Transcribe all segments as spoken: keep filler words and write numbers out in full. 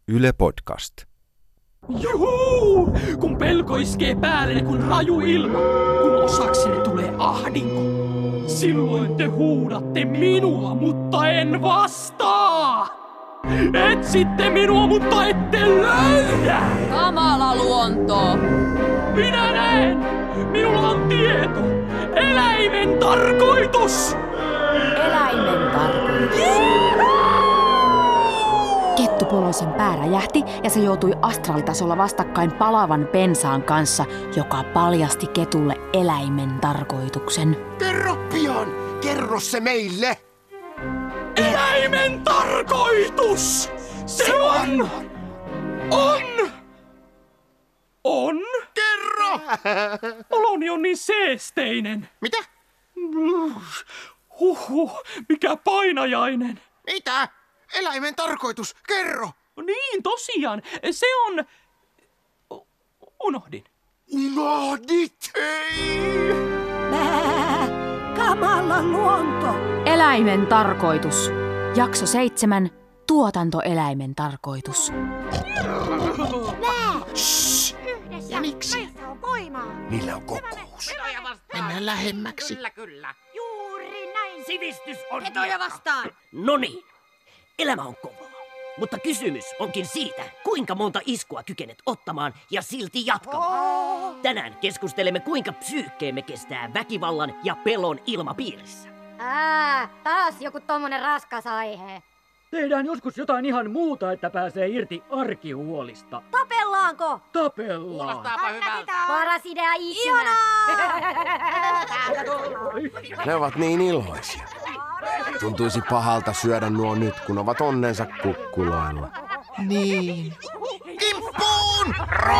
Yle Podcast. Juhuu! Kun pelko iskee päälle kun raju ilma, kun osaksenne tulee ahdinko. Silloin te huudatte minua, mutta en vastaa! Etsitte minua, mutta ette löydä! Kamala luonto! Minä näen! Minulla on tieto! Eläimen tarkoitus! Eläimen tarkoitus. Kettupolosen pää räjähti ja se joutui astraalitasolla vastakkain palavan pensaan kanssa, joka paljasti ketulle eläimen tarkoituksen. Kerro pian! Kerro se meille! Eläimen tarkoitus! Se, se on! On! On? Kerro! Oloni on niin seesteinen. Mitä? Huhhuh, mikä painajainen. Mitä? Eläimen tarkoitus, kerro! Niin, tosiaan. Se on... Unohdin. Unohdit? Ei! Bää! Kamala luonto! Eläimen tarkoitus. Jakso seitsemän. Tuotantoeläimen tarkoitus. Shhh! Ja miksi? Meissä on voimaa. Niillä on kokous. Mennään lähemmäksi. Kyllä, kyllä. Juuri näin. Sivistys on Petoja vastaan. No niin. Elämä on kovaa. Mutta kysymys onkin siitä, kuinka monta iskua kykenet ottamaan ja silti jatkamaan. Oh. Tänään keskustelemme, kuinka psyykkeemme kestää väkivallan ja pelon ilmapiirissä. Ää, taas joku tommonen raskas aihe. Tehdään joskus jotain ihan muuta, että pääsee irti arkihuolista. Tapellaanko? Tapellaan. Kuulostaapa hyvältä. Paras idea ikinä. Ne ovat niin iloisia. Tuntuisi pahalta syödä nuo nyt, kun ovat onnensa kukkuloilla. Niin. Kimppuun!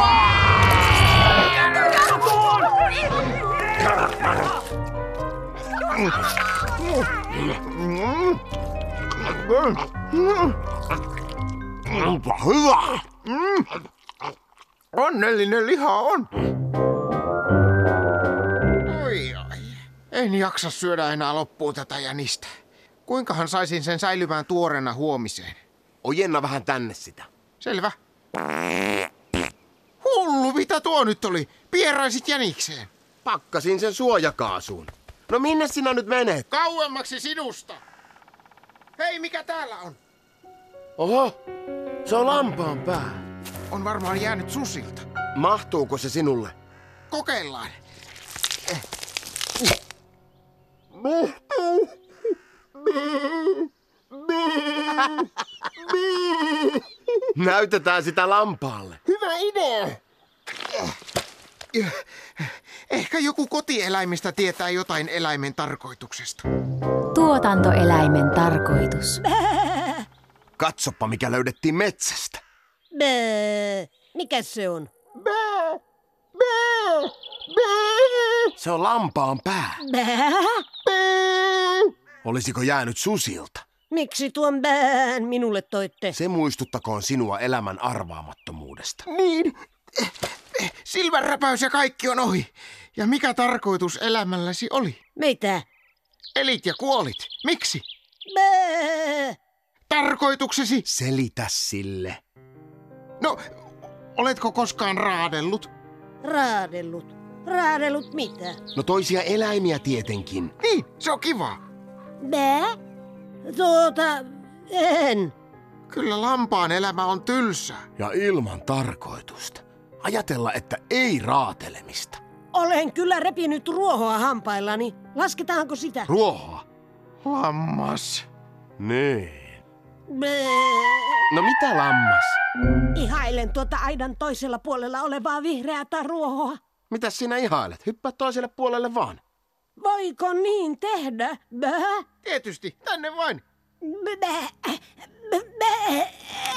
Onpa hyvä! Onnellinen liha on. Oi, oi. En jaksa syödä enää loppuun tätä jänistä. Kuinkahan saisin sen säilymään tuoreena huomiseen? Ojenna vähän tänne sitä. Selvä. Hullu, mitä tuo nyt oli? Pieraisit jänikseen. Pakkasin sen suojakaasuun. No minne sinä nyt menet? Kauemmaksi sinusta. Hei, mikä täällä on? Oho, se on lampaan pää. On varmaan jäänyt susilta. Mahtuuko se sinulle? Kokeillaan. Mahtuu. Näytetään sitä lampaalle. Hyvä idea. Ehkä joku kotieläimistä tietää jotain eläimen tarkoituksesta. Tuotantoeläimen tarkoitus. Katsoppa, mikä löydettiin metsästä. Bää! Mikä se on? Bää! Bää! Bää! Se on lampaan pää. Bää? Bää! Olisiko jäänyt susilta? Miksi tuon bään minulle toitte? Se muistuttakoon sinua elämän arvaamattomuudesta. Niin. Silmänräpäys ja kaikki on ohi. Ja mikä tarkoitus elämälläsi oli? Mitä? Elit ja kuolit. Miksi? Bää! Tarkoituksesi? Selitä sille. No, oletko koskaan raadellut? Raadellut. Raadellut mitä? No toisia eläimiä tietenkin. Niin, se on kiva. Bää? Tuota, en. Kyllä lampaan elämä on tylsää. Ja ilman tarkoitusta. Ajatella, että ei raatelemista. Olen kyllä repinyt ruohoa hampaillani. Lasketaanko sitä? Ruohoa? Lammas. Niin. Bää. No mitä lammas? Ihailen tuota aidan toisella puolella olevaa vihreätä ruohoa. Mitäs sinä ihailet? Hyppää toiselle puolelle vaan. Voiko niin tehdä? Bää? Tietysti, tänne vain. Bää. Bää.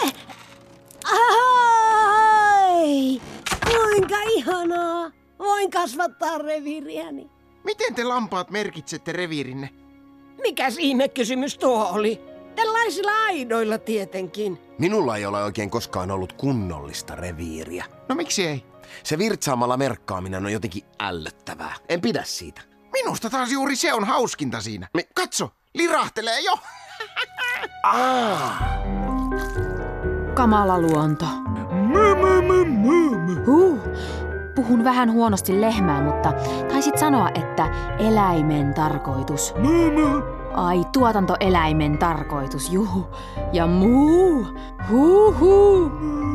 Ai! Kuinka ihanaa! Voin kasvattaa reviiriäni. Miten te lampaat merkitsette reviirinne? Mikäs ihmekysymys tuo oli? Tällaisilla aidoilla tietenkin. Minulla ei ole oikein koskaan ollut kunnollista reviiriä. No miksi ei? Se virtsaamalla merkkaaminen on jotenkin ällöttävää. En pidä siitä. Minusta taas juuri se on hauskinta siinä. Me, katso, lirahtelee jo. Ah. kamala luonto. Huh. Puhun vähän huonosti lehmää, mutta taisit sanoa, että eläimen tarkoitus. Ai, tuotantoeläimen tarkoitus, juhu. Ja muu, huhu.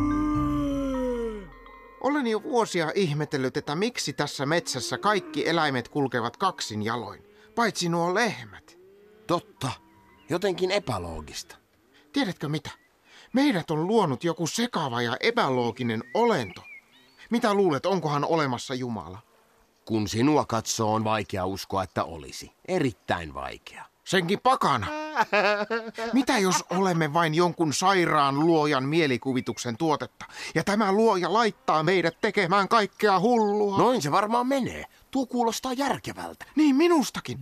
Olen jo vuosia ihmetellyt, että miksi tässä metsässä kaikki eläimet kulkevat kaksin jaloin, paitsi nuo lehmät. Totta. Jotenkin epäloogista. Tiedätkö mitä? Meidät on luonut joku sekava ja epälooginen olento. Mitä luulet, onkohan olemassa Jumala? Kun sinua katsoo, on vaikea uskoa, että olisi. Erittäin vaikea. Senkin pakana. Mitä jos olemme vain jonkun sairaan luojan mielikuvituksen tuotetta, ja tämä luoja laittaa meidät tekemään kaikkea hullua? Noin se varmaan menee. Tuo kuulostaa järkevältä. Niin minustakin.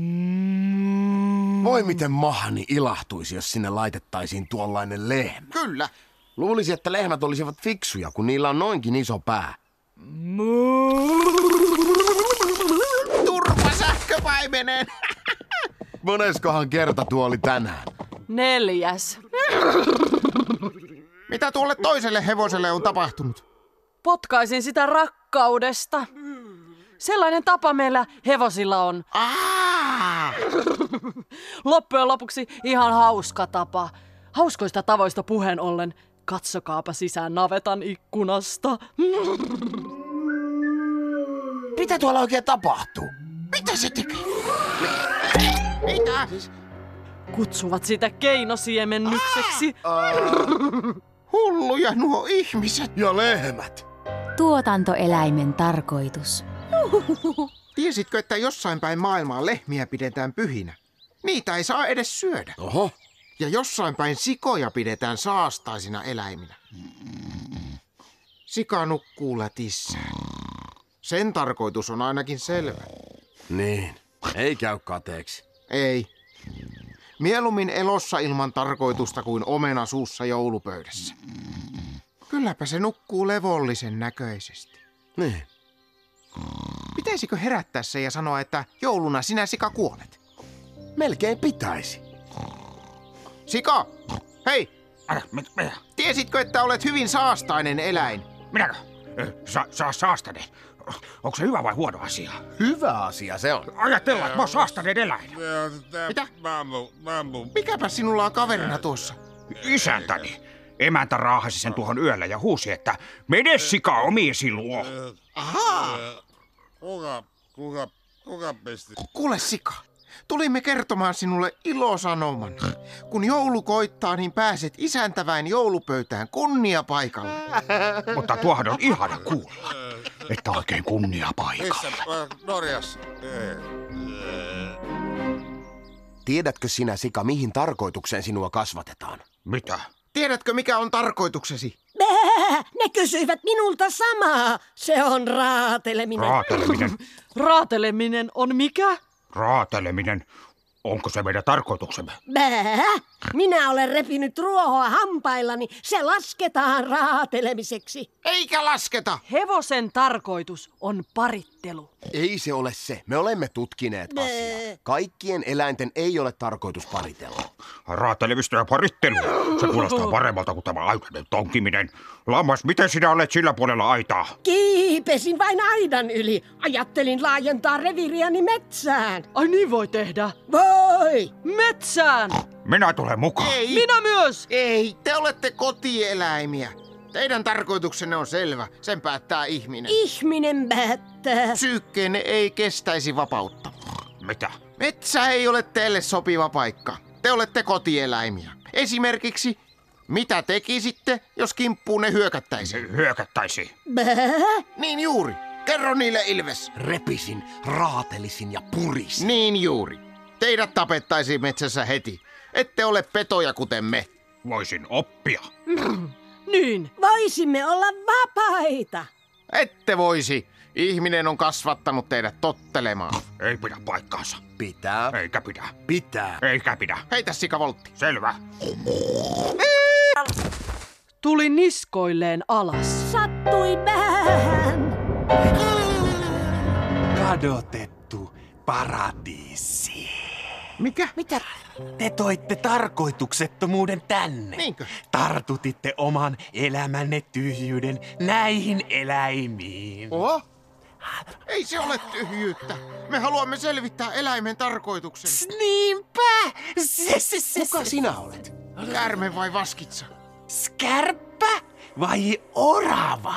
Voi miten mahani ilahtuisi, jos sinne laitettaisiin tuollainen lehmä. Kyllä. Luulisi, että lehmät olisivat fiksuja, kun niillä on noinkin iso pää. Turpa sähköpaimeneen. Moneskohan kerta tuo oli tänään? Neljäs. Mitä tuolle toiselle hevoselle on tapahtunut? Potkaisin sitä rakkaudesta. Sellainen tapa meillä hevosilla on. Aa! Loppujen lopuksi ihan hauska tapa. Hauskoista tavoista puheen ollen. Katsokaapa sisään navetan ikkunasta. Mitä tuolla oikein tapahtuu? Mitä se tekee? Mitä? Kutsuvat sitä keinosiemennykseksi. Hulluja nuo ihmiset. Ja lehmät. Tuotantoeläimen tarkoitus. Tiesitkö, että jossain päin maailmaa lehmiä pidetään pyhinä? Niitä ei saa edes syödä. Oho. Ja jossain päin sikoja pidetään saastaisina eläiminä. Sika nukkuu lätissään. Sen tarkoitus on ainakin selvä. Niin. Ei käy kateeksi. Ei. Mieluummin elossa ilman tarkoitusta kuin omena suussa joulupöydässä. Kylläpä se nukkuu levollisen näköisesti. Niin. Pitäisikö herättää se ja sanoa, että jouluna sinä sika kuolet? Melkein pitäisi. Sika! Hei! Äh, mit, mitä? Tiesitkö, että olet hyvin saastainen eläin? Minäkö? Sa, sa, saastane. Onko se hyvä vai huono asia? Hyvä asia se on. Ajatellaan, että mä oon saastaneen eläin. Mitä? Mikäpä sinulla on kaverina tuossa? Isäntäni. Emäntä raahasi sen tuohon yöllä ja huusi, että mene sika omiesi luo. Ahaa! Kuka, kuka, kuka pesti? Kuule sika, tulimme kertomaan sinulle ilosanoman. Kun joulu koittaa, niin pääset isäntäväin joulupöytään kunniapaikalle. Mutta tuohan on ihana kuulla, että oikein kunniapaikalle. Missä? Norjassa. Tiedätkö sinä, sika, mihin tarkoitukseen sinua kasvatetaan? Mitä? Tiedätkö, mikä on tarkoituksesi? Bää! Ne kysyivät minulta samaa. Se on raateleminen. Raateleminen. Raateleminen on mikä? Raateleminen. Onko se meidän tarkoituksemme? Bää! Minä olen repinyt ruohoa hampaillani. Se lasketaan raatelemiseksi. Eikä lasketa! Hevosen tarkoitus on parittelu. Ei se ole se. Me olemme tutkineet asiaa. Kaikkien eläinten ei ole tarkoitus paritella. Raatelemista ja parittelu. Se kuulostaa paremmalta kuin tämä aikainen tonkiminen. Lammas, miten sinä olet sillä puolella aitaa? Kiipesin vain aidan yli. Ajattelin laajentaa reviiriäni metsään. Ai niin voi tehdä. Voi! Metsään! Minä tulen mukaan. Ei! Minä myös! Ei, te olette kotieläimiä. Teidän tarkoituksenne on selvä. Sen päättää ihminen. Ihminen päättää. Psyykkeenne ei kestäisi vapautta. Mitä? Metsä ei ole teille sopiva paikka. Te olette kotieläimiä. Esimerkiksi, mitä tekisitte, jos kimppuunne hyökättäisi? Hyökättäisi. Bää? Niin juuri. Kerro niille, Ilves. Repisin, raatelisin ja purisin. Niin juuri. Teidät tapettaisiin metsässä heti. Ette ole petoja kuten me. Voisin oppia. Niin. Voisimme olla vapaita. Ette voisi. Ihminen on kasvattanut teidät tottelemaan. Ei pidä paikkaansa. Pitää. Eikä pidä. Pitää. Eikä pidä. Heitä sikavoltti. Selvä. Tuli niskoilleen alas. Sattui päähän. Kadotettu paratiisi. Mikä? Mitä? Te toitte tarkoituksettomuuden tänne. Niinkö? Tartutitte oman elämänne tyhjyyden näihin eläimiin. Oho? Ei se ole tyhjyyttä. Me haluamme selvittää eläimen tarkoituksen. Niinpä! Se, se, se, Kuka sinä olet? Käärme vai vaskitsa? Skärppä vai orava?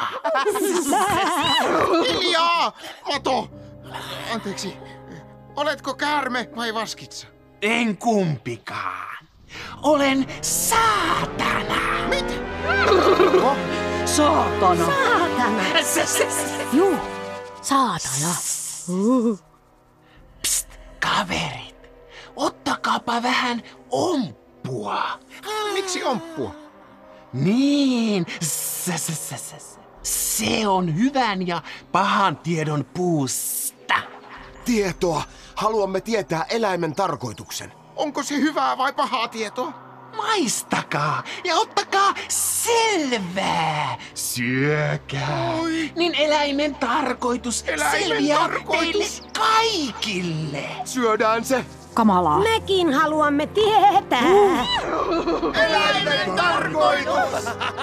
Hiljaa! Mato! Anteeksi. Oletko käärme vai vaskitsa? En kumpikaan. Olen saatana. Mitä? Oh, saatana. Saatana. Se, se, se. Juu, saatana. Uh. Psst, kaverit. Ottakaapa vähän omppua. Miksi omppua? Niin, se, se, se, se. Se on hyvän ja pahan tiedon puusta. Tietoa. Haluamme tietää eläimen tarkoituksen. Onko se hyvää vai pahaa tietoa? Maistakaa ja ottakaa selvää. Syökää. Oi. Niin eläimen tarkoitus Eläimen selviää tarkoitus. teille kaikille. Syödään se. Kamalaa. Mekin haluamme tietää. Eläimen tarkoitus!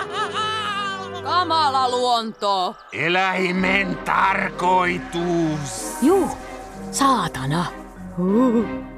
Kamala luonto. Eläimen tarkoitus. Juu, saatana. Uh.